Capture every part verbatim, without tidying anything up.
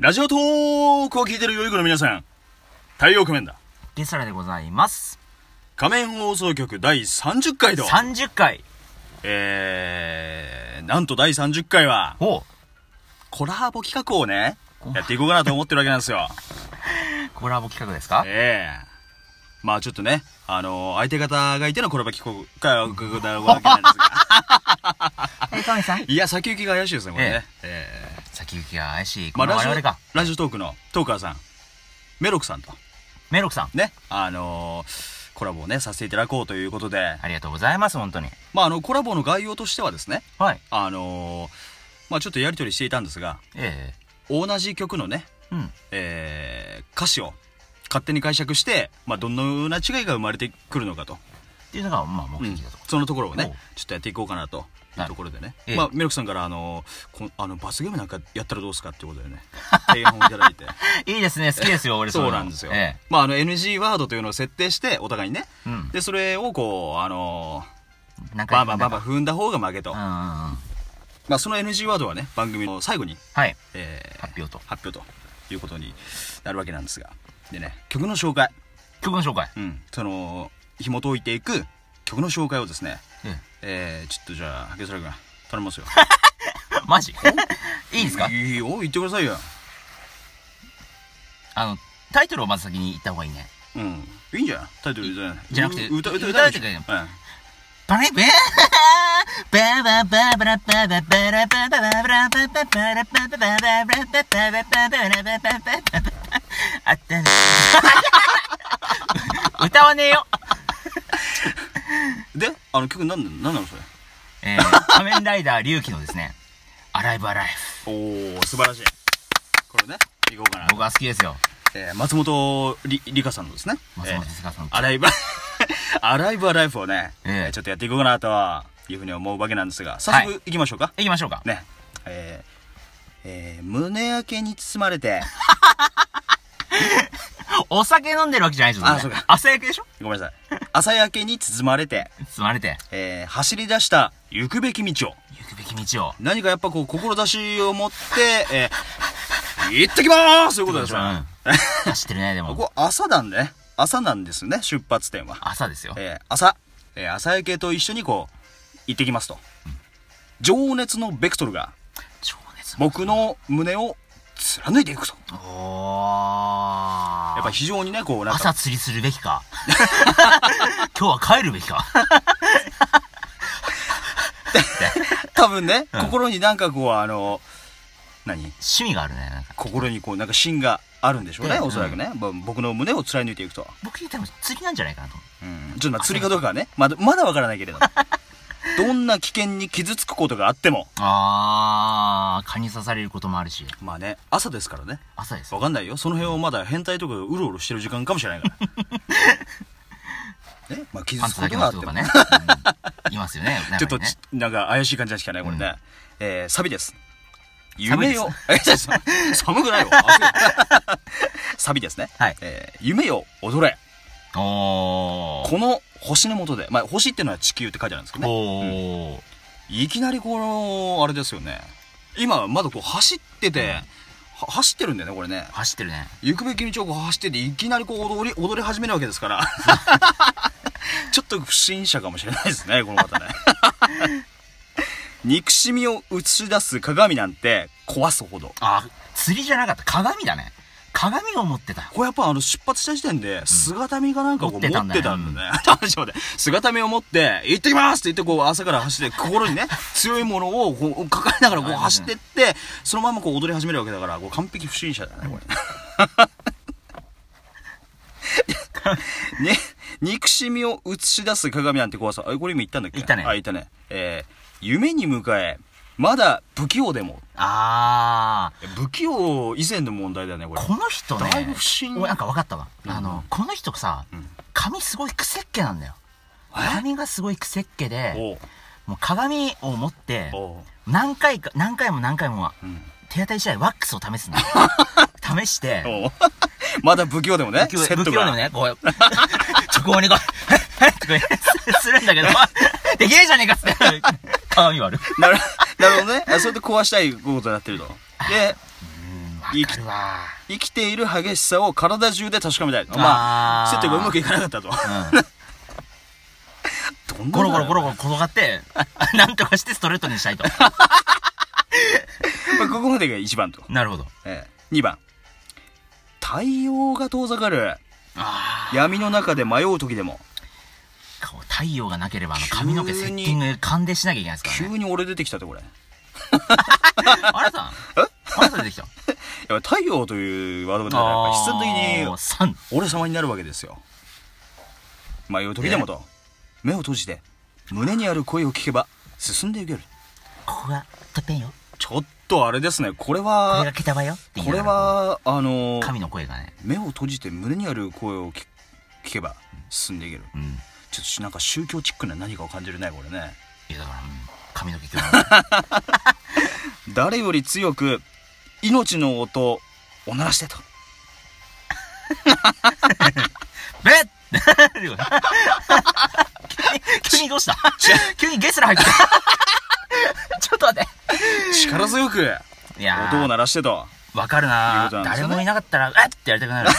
ラジオトークを聞いてる良い子の皆さん、太陽仮面だ。 ゲスラでございます。 仮面放送局だいさんじゅっかいと。 さんじゅっかい。 えー、なんとだいさんじゅっかいは、 おコラボ企画をね、やっていこうかなと思ってるわけなんですよ。 コラボ企画ですか？ ええー。まあちょっとね、あのー、相手方がいてのコラボ企画か、わけなんですが。 え、カメさん？ いや、先行きが怪しいですね、これね。ええー先行きが怪しい。 まあ、 我々か。 ラジオトークのトーカーさん、メロクさんと。 メロクさん。 ね、あのー、コラボをね、させていただこうということで。 ありがとうございます、本当に。 まあ、あの、コラボの概要としてはですね。 はい。 あのー、まあ、ちょっとやりとりしていたんですが。 ええー、同じ曲のね、 うん。 えー、歌詞を勝手に解釈して、まあ、どんなような違いが生まれてくるのかと。 っていうのが、まあ、目的だと、 うん。そのところをね、ちょっとやっていこうかなと。いうところでね、ええ、まあメロクさんからあのこあの罰ゲームなんかやったらどうすかっていうことでね提案をいただいていいですね、好きですよ俺。 そうなんですよ、ええ、まああの エヌジー ワードというのを設定してお互いにね、うん、でそれをこうあのバンバンバンバン踏んだ方が負けと、うんうんうん、まあその エヌジー ワードはね番組の最後に、 はいえー、 発表と発表ということになるわけなんですが、でね曲の紹介曲の紹介うんその紐解いていく曲の紹介をですね、 ええー、ちょっとじゃあゲスラ君頼みますよ。 マジいいですか？ いいよ、言ってくださいよ。 あのタイトルをまず先に言った方がいいね。 うん、いいんじゃん。タイトルじゃないじゃなくて歌歌歌うてくれよ。バレベーバババババラバババラバババラバラバババラバババラババあったね。歌わねえよ。 で、あの曲なんなんなのそれ？ えー、仮面ライダー龍騎のですね、アライブアライフ。おー、素晴らしい。これね、いこうかな。 僕は好きですよ。 えー、松本りりかさんのですね。 松本りかさんの。 アライブ、アライブアライフをね、 えー、 ちょっとやっていこうかなというふうに思うわけなんですが、早速行きましょうか。 はい、行きましょうか。 ね。えー、えー、胸焼けに包まれて、 お酒飲んでるわけじゃないでしょ。 あ、そうか。 朝焼けでしょ。 ごめんなさい。朝焼けに包まれて、 包まれて、 えー、走り出した行くべき道を。 行くべき道を。 何かやっぱこう、志を持って、えー、行ってきまーすということでしょ。うん、 走ってるね、でも。 ここ朝なんでね。朝なんですね、出発点は。 朝ですよ。 えー、朝、えー、朝焼けと一緒にこう、行ってきますと。うん、情熱のベクトルが、 情熱僕の胸を貫いていくと。 おー。 やっぱ非常にね、こう、 なんか。朝釣りするべきか。今日は帰るべきか。 多分ね、うん、心になんかこう、あの、何趣味があるね。なんか心にこう、なんか芯があるんでしょうね、おそらくね。うん、僕の胸を貫いていくと。 僕に多分釣りなんじゃないかなと思う。 うん。ちょっとまあ釣りかどうかはね、まだ、まだわからないけれども。どんな危険に傷つくことがあっても。 あー、蚊に刺されることもあるし。 まあね、朝ですからね。 朝です。 わかんないよ。その辺をまだ変態とかがうろうろしてる時間かもしれないから。ね、まあ傷つくことがあっても。 パンツだけの人とかね。うん、いますよね。 ちょっと、なんか怪しい感じなんしかない、これね。うん、えー、サビです。夢よ。え、寒くないよ。サビですね。 はい。 えー、夢よ、踊れ。 おー。 この星の下で、まあ、星っていうのは地球って書いてあるんですけどね。 おー。 うん、いきなりこの、あれですよね。今、まだこう走ってて、うん、走ってるんだよね、これね。 走ってるね。 行くべき道をこう走ってて、いきなりこう踊り、踊り始めるわけですから。ちょっと不審者かもしれないですね、この方ね。憎しみを映し出す鏡なんて壊すほど。 あ、釣りじゃなかった。鏡だね。鏡を持ってた。 これやっぱあの出発した時点で、姿見がなんかこう持ってたんだね。ちょっと待って。姿見を持って、行ってきますって言ってこう朝から走って、心にね、強いものをこう抱えながらこう走ってって、そのままこう踊り始めるわけだから、こう完璧不審者だね、これ。ね、憎しみを映し出す鏡なんて怖さ。あ、これ今言ったんだっけ？ 言ったね。 あ、言ったね。えー、夢に向かえ、まだ不器用でも。 あー。不器用以前の問題だね、これ。 この人ね。 だいぶ不審。 なんか分かったわ。うん、あの、この人さ、うん、髪すごい癖っ気なんだよ。髪がすごい癖っ気で、もう鏡を持って、何回か、何回も何回も、うん、手当たり次第ワックスを試すんだよ。試して、 まだ不器用でもね。 不器用でもね、こう、直後にこう、えっとかするんだけど、できねえじゃねえかっつって、鏡割る。 なるほどね。それで壊したいことになってると。で、 生き生きている激しさを体中で確かめたい。まあセットがうまくいかなかったと、 うん、ゴロゴロゴロゴロ転がってなんとかしてストレートにしたいとまあここまでがいちばんと。 なるほど、 えー、にばん太陽が遠ざかる闇の中で迷う時でも。 太陽がなければあの髪の毛セッティング完でしなきゃいけないですからね。 急に俺出てきたってこれあなたえあなた出てきたやっぱ太陽というワードがやっぱ必然的に俺様になるわけですよ。迷う時でもと目を閉じて胸にある声を聞けば進んでいける。 ここがてっぺんよ。 ちょっとあれですね、これはこれが来たわよってこれはあの神の声がね、 目を閉じて胸にある声を聞けば進んでいける、うん、ちょっとなんか宗教チックな何かを感じるねこれね。 いやだから、うん、神の毛誰より強く命の音を鳴らしてとべっ急にどうした急にゲスラ入ってちょっと待って力強く音を鳴らしてと。 わかるな、ね、誰もいなかったらうっってやりたくなる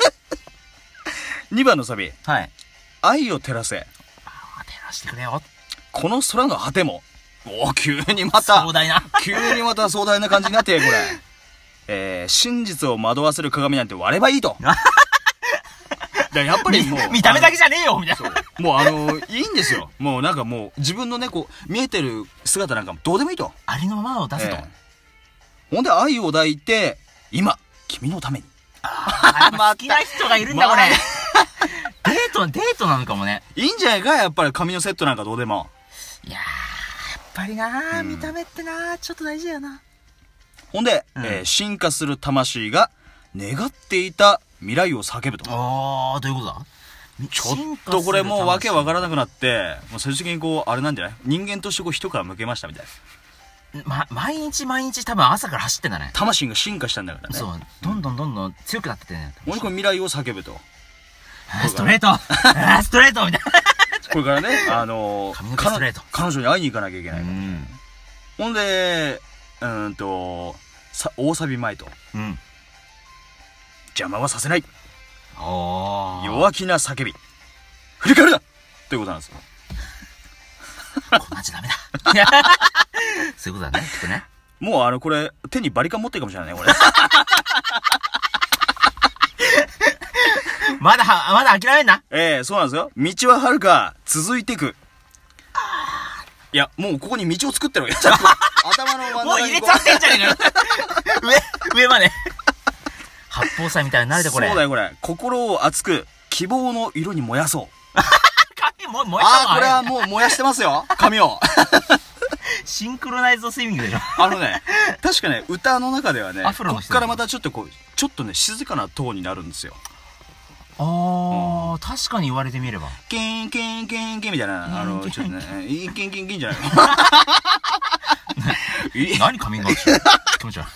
にばんのサビ、 はい、 愛を照らせ。 あ照らしてくれよ。 この空の果ても。おー急にまた壮大な急にまた壮大な感じになってこれえー、真実を惑わせる鏡なんて割ればいいとだやっぱりもう見た目だけじゃねえよみたいな。 もうあのいいんですよ。もうなんかもう自分のねこう見えてる姿なんかもどうでもいいと。 ありのままを出すと、えー、ほんで愛を抱いて今君のために。 ああ好きな人がいるんだこれ、まあ、デートデートなのかもね。 いいんじゃないかやっぱり髪のセットなんかどうでも。 いやーやっぱりな、うん、見た目ってなちょっと大事だよな。 ほんで、うんえー、進化する魂が願っていた未来を叫ぶと。 ああどういうことだ。 ちょっとこれもうわけわからなくなってもう最終的にこうあれなんじゃない人間としてこう一皮むけましたみたいな、ま、毎日毎日多分朝から走ってんだね。 魂が進化したんだからね。 そうどんどんどんどん強くなってってね。 もうこれ未来を叫ぶとストレートストレートみたいなこれからねあのー、 髪の毛ストレート彼女に会いに行かなきゃいけないから、ね、うんほんでうーんとさ大サビ前と、うん、邪魔はさせない弱気な叫び振り返るなということなんですよこんなじゃダメだそういうことだねきっとね。 もうあのこれ手にバリカン持ってるかもしれないねこれまだまだ諦めんな。 ええー、そうなんですよ。道は遥か続いていく。いやもうここに道を作ってるわけ頭の真ん中にもう入れちゃってんじゃねえか上上まで八宝菜みたいになるでこれ。 そうだよこれ。心を熱く希望の色に燃やそう髪も燃やしたの。 ああこれはもう燃やしてますよ髪をシンクロナイズドスイミングでしょ。 あのね確かね歌の中ではねアフロの人こっからまたちょっとこうちょっとね静かなトーンになるんですよ。 あー、うん、確かに言われてみればケンケンケンケンみたいなあのちょっとねケンケンケンケンじゃないの何カミングアウトしてる気持ち悪い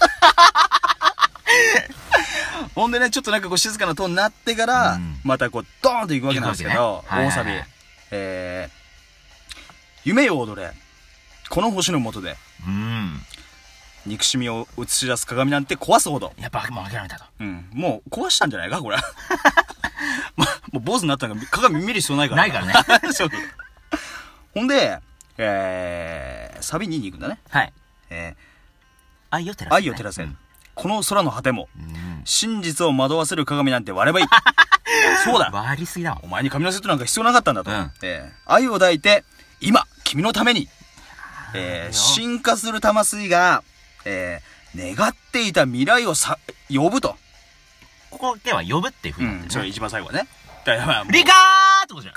ほんでねちょっとなんかこう静かなトーンになってから、うん、またこうドーンといくわけなんですけど、ね、大サビ、はいはいはい、えー、夢よ踊れこの星の下で、うん、憎しみを映し出す鏡なんて壊すほどやっぱもう諦めたと、 うん、もう壊したんじゃないかこれま、もう坊主になったのが鏡見る必要ないからないからねそうほんで、えー、サビにに行くんだね。 はい、 えー、 愛を照らせ、ね、 愛を照らせ、うん、この空の果ても、うん、真実を惑わせる鏡なんて割ればいいそうだ割りすぎだ。 お前に髪のセットなんか必要なかったんだと、うんえー、愛を抱いて今君のために、えー、進化する魂が、えー、願っていた未来をさ呼ぶと。 ここでは呼ぶっていう風になってる、ね、 うん、それ一番最後はね。だからまあリカーってことじ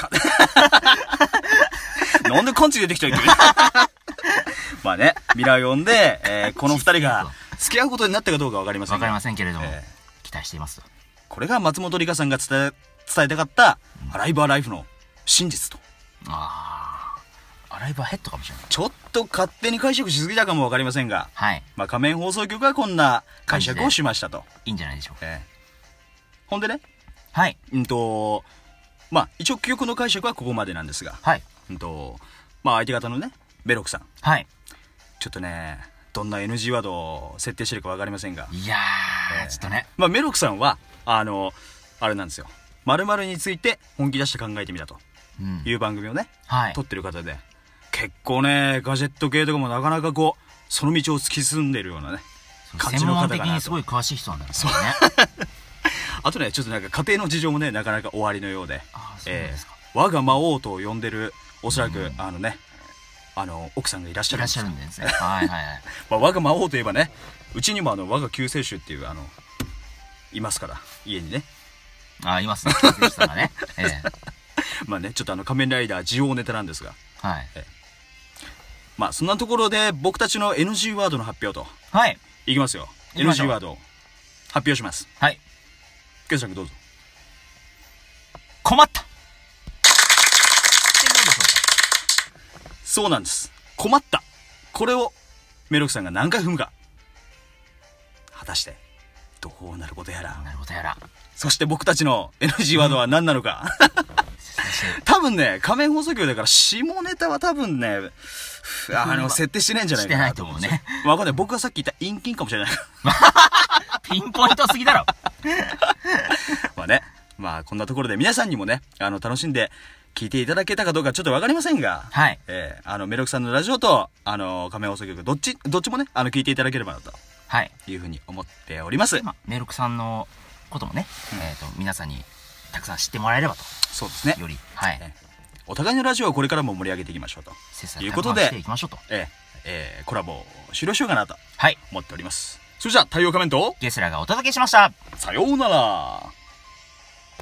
ゃんなんで勘違いできちゃいけないまあね未来を呼んで、えー、この二人が付き合うことになったかどうかわかりませんわかりませんけれども、えー、期待していますと。 これが松本里香さんが伝え伝えたかったアライブアライフの真実と。 ああアライブアヘッドかもしれない。 ちょっと勝手に解釈しすぎたかもわかりませんが、 はい、 まあ仮面放送局はこんな解釈をしましたと。 いいんじゃないでしょうか、 えーほんでね、 はい。 うんと、まあ、一応曲の解釈はここまでなんですが、 はい。 うんと、まあ、相手方のね、ベロクさん。 はい。 ちょっとね、 どんな エヌジー ワードを設定してるか分かりませんが。 いやー、えー、ちょっとね。 まあ、メロクさんは、あの、あれなんですよ。〇〇について本気出して考えてみたという番組をね、うん、はい、撮ってる方で、結構ね、ガジェット系とかもなかなかこう、その道を突き進んでいるようなね、 感じの方かなと。専門的にすごい詳しい人なんだからね。 あとね、ちょっとなんか家庭の事情もね、なかなか終わりのようで、 あ、そうですか。 えー、我が魔王と呼んでる、おそらく、うん、あのね、あの奥さんがいらっしゃるんですよ。 いらっしゃるんですね。はいはいはい。 まあ、我が魔王といえばね、うちにもあの我が救世主っていうあのいますから、家にね。 ああ、いますね、救世主さんがね。ええ。 まあね、ちょっとあの仮面ライダージオウネタなんですが、 はい。 ええ、まあそんなところで僕たちの エヌジー ワードの発表と。 はい。 いきますよ。エヌジー ワードを発表します。 はい。 ケンさんどうぞ。 困った。 そうなんです。困った。これをメロクさんが何回踏むか。果たしてどうなることやら。 なることやら。 そして僕たちの エヌジー ワードは何なのか。多分ね、仮面放送局だから下ネタは多分ね、あの設定してないんじゃないかなと思う。 してないと思うね。 わかんない。僕がさっき言った陰菌かもしれない。 ピンポイントすぎだろ。 まあね、まあこんなところで皆さんにもね、あの楽しんで聞いていただけたかどうかちょっとわかりませんが、 はい。 えー、あのメロクさんのラジオとあの仮面放送局どっちどっちもね、あの聞いていただければなと、はい、いうふうに思っております。 まあ、メロクさんのこともね、うん、えっ、ー、と皆さんにたくさん知ってもらえればと。 そうですね。 より、はい。 えー、お互いのラジオをこれからも盛り上げていきましょうと。いうことで、 していきましょうと。 えー、えー、コラボを終了しようかなと、 はい、 思っております。それじゃあ太陽仮面とゲスラがお届けしました。 さようなら。